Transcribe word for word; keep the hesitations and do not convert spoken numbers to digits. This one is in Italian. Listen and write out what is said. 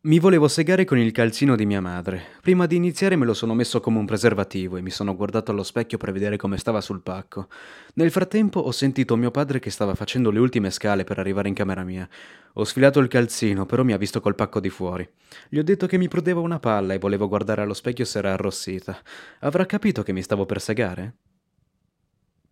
Mi volevo segare con il calzino di mia madre. Prima di iniziare me lo sono messo come un preservativo e mi sono guardato allo specchio per vedere come stava sul pacco. Nel frattempo ho sentito mio padre che stava facendo le ultime scale per arrivare in camera mia. Ho sfilato il calzino, però mi ha visto col pacco di fuori. Gli ho detto che mi prudeva una palla e volevo guardare allo specchio se era arrossita. Avrà capito che mi stavo per segare?